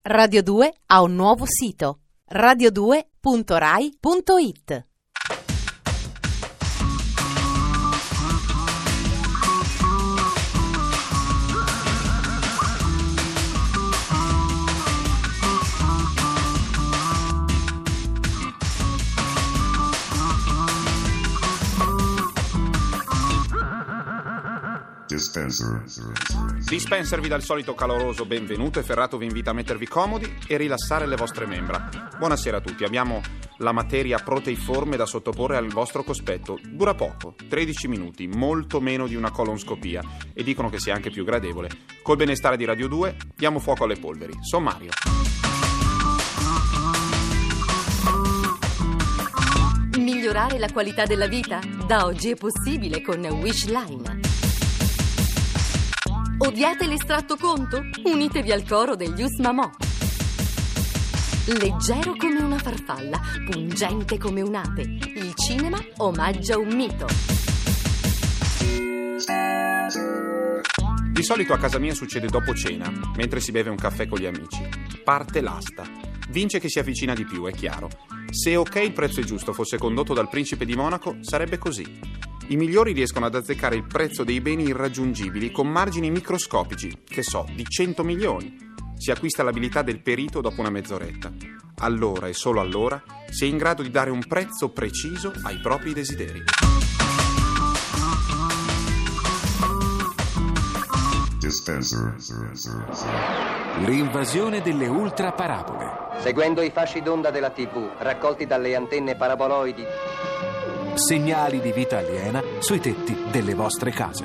Radio 2 ha un nuovo sito: radio2.rai.it. Dispenser vi dà il solito caloroso benvenuto e Ferrato vi invita a mettervi comodi e rilassare le vostre membra. Buonasera a tutti, abbiamo la materia proteiforme da sottoporre al vostro cospetto. Dura poco, 13 minuti, molto meno di una colonscopia, e dicono che sia anche più gradevole. Col benestare di Radio 2 diamo fuoco alle polveri. Sommario. Migliorare la qualità della vita? Da oggi è possibile con Wishline. Odiate l'estratto conto? Unitevi al coro degli Usmamò. Leggero come una farfalla, pungente come un'ape. Il cinema omaggia un mito. Di solito a casa mia succede dopo cena, mentre si beve un caffè con gli amici. Parte l'asta. Vince chi si avvicina di più, è chiaro. Se Ok il prezzo è giusto fosse condotto dal principe di Monaco, sarebbe così. I migliori riescono ad azzeccare il prezzo dei beni irraggiungibili con margini microscopici, che so, di 100 milioni. Si acquista l'abilità del perito dopo una mezz'oretta. Allora e solo allora si è in grado di dare un prezzo preciso ai propri desideri. L'invasione delle ultraparabole. Seguendo i fasci d'onda della TV, raccolti dalle antenne paraboloidi. Segnali di vita aliena sui tetti delle vostre case.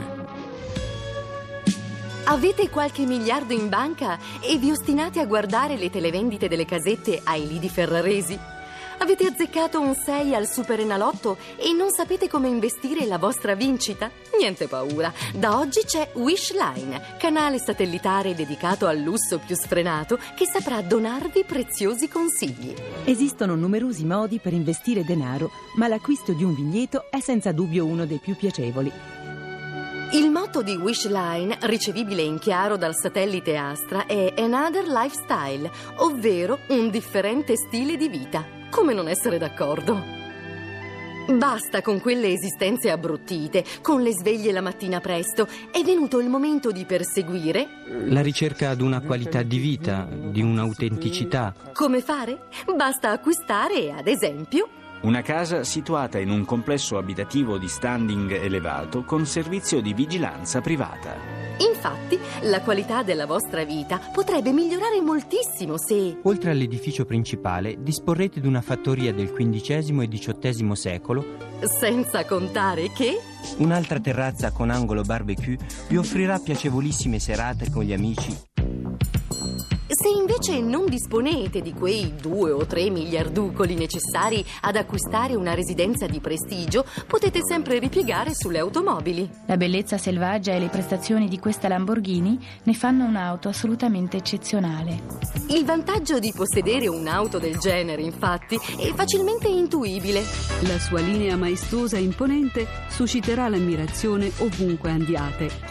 Avete qualche miliardo in banca e vi ostinate a guardare le televendite delle casette ai lidi ferraresi? Avete azzeccato un 6 al Superenalotto e non sapete come investire la vostra vincita? Niente paura, da oggi c'è Wishline, canale satellitare dedicato al lusso più sfrenato che saprà donarvi preziosi consigli. Esistono numerosi modi per investire denaro, ma l'acquisto di un vigneto è senza dubbio uno dei più piacevoli. Il motto di Wishline, ricevibile in chiaro dal satellite Astra, è Another Lifestyle, ovvero un differente stile di vita. Come non essere d'accordo? Basta con quelle esistenze abbruttite, con le sveglie la mattina presto. È venuto il momento di perseguire la ricerca ad una qualità di vita, di un'autenticità. Come fare? Basta acquistare, ad esempio, una casa situata in un complesso abitativo di standing elevato con servizio di vigilanza privata. Infatti, la qualità della vostra vita potrebbe migliorare moltissimo se, oltre all'edificio principale, disporrete di una fattoria del XV e XVIII secolo, senza contare che un'altra terrazza con angolo barbecue vi offrirà piacevolissime serate con gli amici. Se invece non disponete di quei 2 o 3 miliarducoli necessari ad acquistare una residenza di prestigio, potete sempre ripiegare sulle automobili. La bellezza selvaggia e le prestazioni di questa Lamborghini ne fanno un'auto assolutamente eccezionale. Il vantaggio di possedere un'auto del genere, infatti, è facilmente intuibile. La sua linea maestosa e imponente susciterà l'ammirazione ovunque andiate.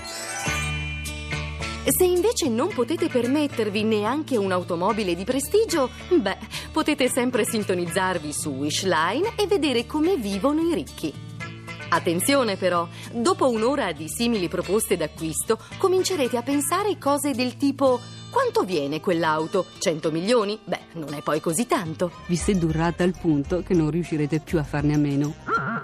Se invece non potete permettervi neanche un'automobile di prestigio, potete sempre sintonizzarvi su Wishline e vedere come vivono i ricchi. Attenzione però, dopo un'ora di simili proposte d'acquisto, comincerete a pensare cose del tipo: quanto viene quell'auto? 100 milioni? Non è poi così tanto. Vi sedurrà a tal punto che non riuscirete più a farne a meno.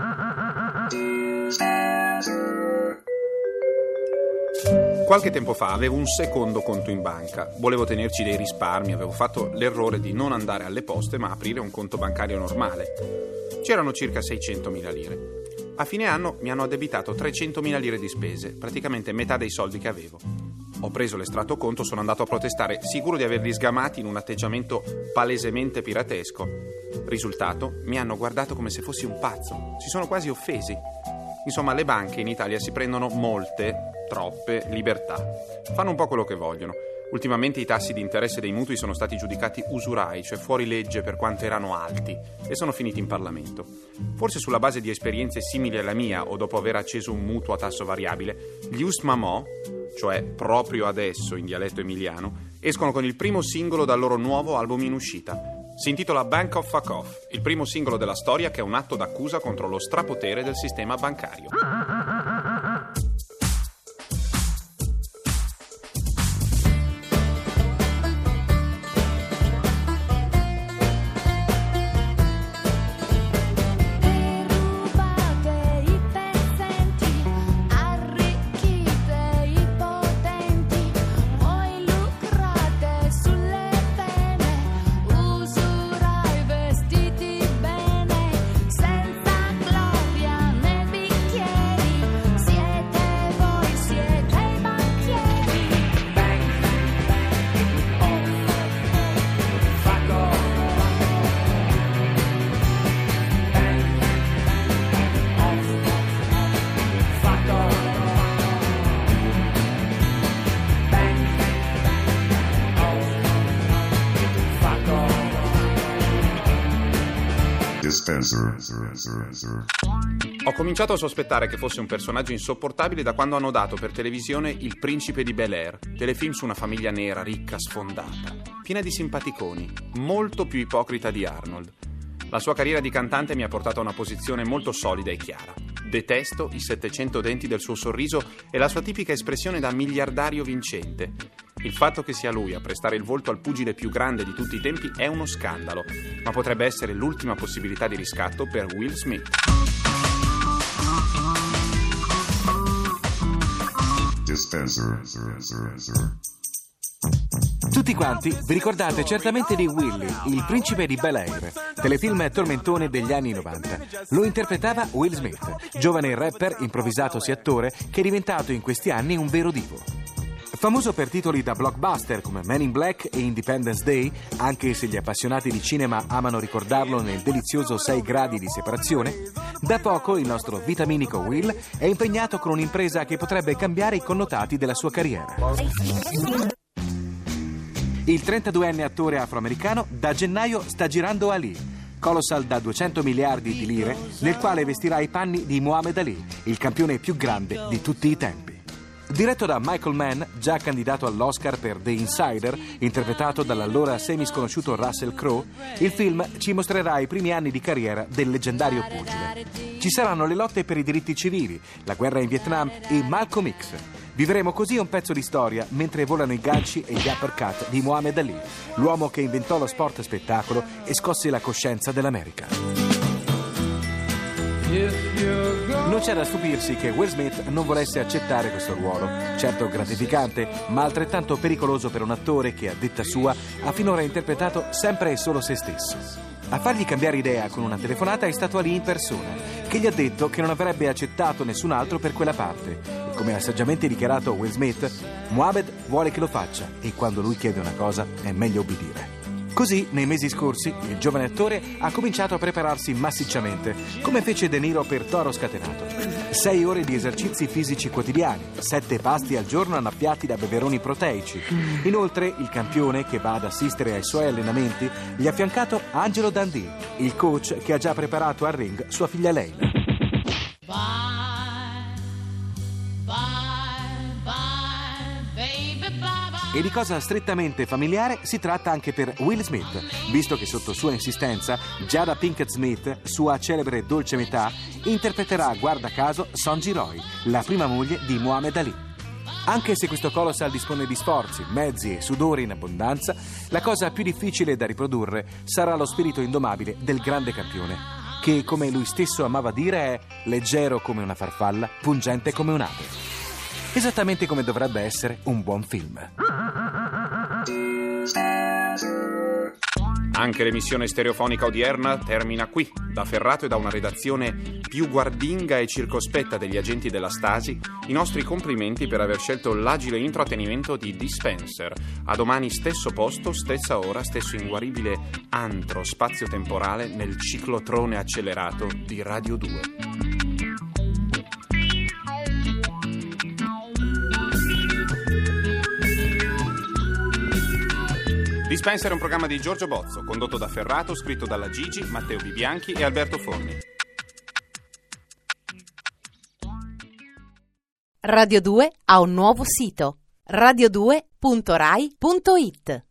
Qualche tempo fa avevo un secondo conto in banca. Volevo tenerci dei risparmi, avevo fatto l'errore di non andare alle poste ma aprire un conto bancario normale. C'erano circa 600.000 lire. A fine anno mi hanno addebitato 300.000 lire di spese, praticamente metà dei soldi che avevo. Ho preso l'estratto conto, sono andato a protestare, sicuro di averli sgamati in un atteggiamento palesemente piratesco. Risultato, mi hanno guardato come se fossi un pazzo, si sono quasi offesi. Insomma, le banche in Italia si prendono troppe libertà. Fanno un po' quello che vogliono. Ultimamente i tassi di interesse dei mutui sono stati giudicati usurai, cioè fuori legge per quanto erano alti, e sono finiti in Parlamento. Forse sulla base di esperienze simili alla mia o dopo aver acceso un mutuo a tasso variabile, gli Usmamò, cioè proprio adesso in dialetto emiliano, Escono con il primo singolo dal loro nuovo album in uscita. Si intitola Bank of Fuck Off, il primo singolo della storia che è un atto d'accusa contro lo strapotere del sistema bancario. Ho cominciato a sospettare che fosse un personaggio insopportabile da quando hanno dato per televisione Il Principe di Bel-Air, telefilm su una famiglia nera, ricca, sfondata, piena di simpaticoni, molto più ipocrita di Arnold. La sua carriera di cantante mi ha portato a una posizione molto solida e chiara. Detesto i 700 denti del suo sorriso e la sua tipica espressione da miliardario vincente. Il fatto che sia lui a prestare il volto al pugile più grande di tutti i tempi è uno scandalo, ma potrebbe essere l'ultima possibilità di riscatto per Will Smith. Tutti quanti vi ricordate certamente di Willy, il principe di Bel-Air, telefilm tormentone degli anni 90. Lo interpretava Will Smith, giovane rapper improvvisatosi attore che è diventato in questi anni un vero divo. Famoso per titoli da blockbuster come Men in Black e Independence Day, anche se gli appassionati di cinema amano ricordarlo nel delizioso 6 gradi di separazione, da poco il nostro vitaminico Will è impegnato con un'impresa che potrebbe cambiare i connotati della sua carriera. Il 32enne attore afroamericano da gennaio sta girando Ali, colossal da 200 miliardi di lire, nel quale vestirà i panni di Muhammad Ali, il campione più grande di tutti i tempi. Diretto da Michael Mann, già candidato all'Oscar per The Insider, interpretato dall'allora semisconosciuto Russell Crowe, il film ci mostrerà i primi anni di carriera del leggendario pugile. Ci saranno le lotte per i diritti civili, la guerra in Vietnam e Malcolm X. Vivremo così un pezzo di storia mentre volano i ganci e gli uppercut di Muhammad Ali, l'uomo che inventò lo sport spettacolo e scosse la coscienza dell'America. Non c'è da stupirsi che Will Smith non volesse accettare questo ruolo, certo gratificante, ma altrettanto pericoloso per un attore che, a detta sua, ha finora interpretato sempre e solo se stesso. A fargli cambiare idea con una telefonata è stato Ali in persona, che gli ha detto che non avrebbe accettato nessun altro per quella parte. E come ha saggiamente dichiarato Will Smith, Muhammad vuole che lo faccia e quando lui chiede una cosa è meglio obbedire. Così, nei mesi scorsi, il giovane attore ha cominciato a prepararsi massicciamente, come fece De Niro per Toro Scatenato. 6 ore di esercizi fisici quotidiani, 7 pasti al giorno annaffiati da beveroni proteici. Inoltre, il campione che va ad assistere ai suoi allenamenti gli ha affiancato Angelo Dundee, il coach che ha già preparato al ring sua figlia Leila. E di cosa strettamente familiare si tratta anche per Will Smith, visto che sotto sua insistenza Jada Pinkett Smith, sua celebre dolce metà, interpreterà, guarda caso, Sonji Roy, la prima moglie di Muhammad Ali. Anche se questo colossal dispone di sforzi, mezzi e sudore in abbondanza, la cosa più difficile da riprodurre sarà lo spirito indomabile del grande campione, che, come lui stesso amava dire, è leggero come una farfalla, pungente come un'ape. Esattamente come dovrebbe essere un buon film. Anche l'emissione stereofonica odierna termina qui. Da Ferrato e da una redazione più guardinga e circospetta degli agenti della Stasi, i nostri complimenti per aver scelto l'agile intrattenimento di Dispenser. A domani, stesso posto, stessa ora, stesso inguaribile antro spazio-temporale nel ciclotrone accelerato di Radio 2. Dispenser è un programma di Giorgio Bozzo, condotto da Ferrato, scritto dalla Gigi, Matteo Bibianchi e Alberto Forni. Radio 2 ha un nuovo sito: radio2.rai.it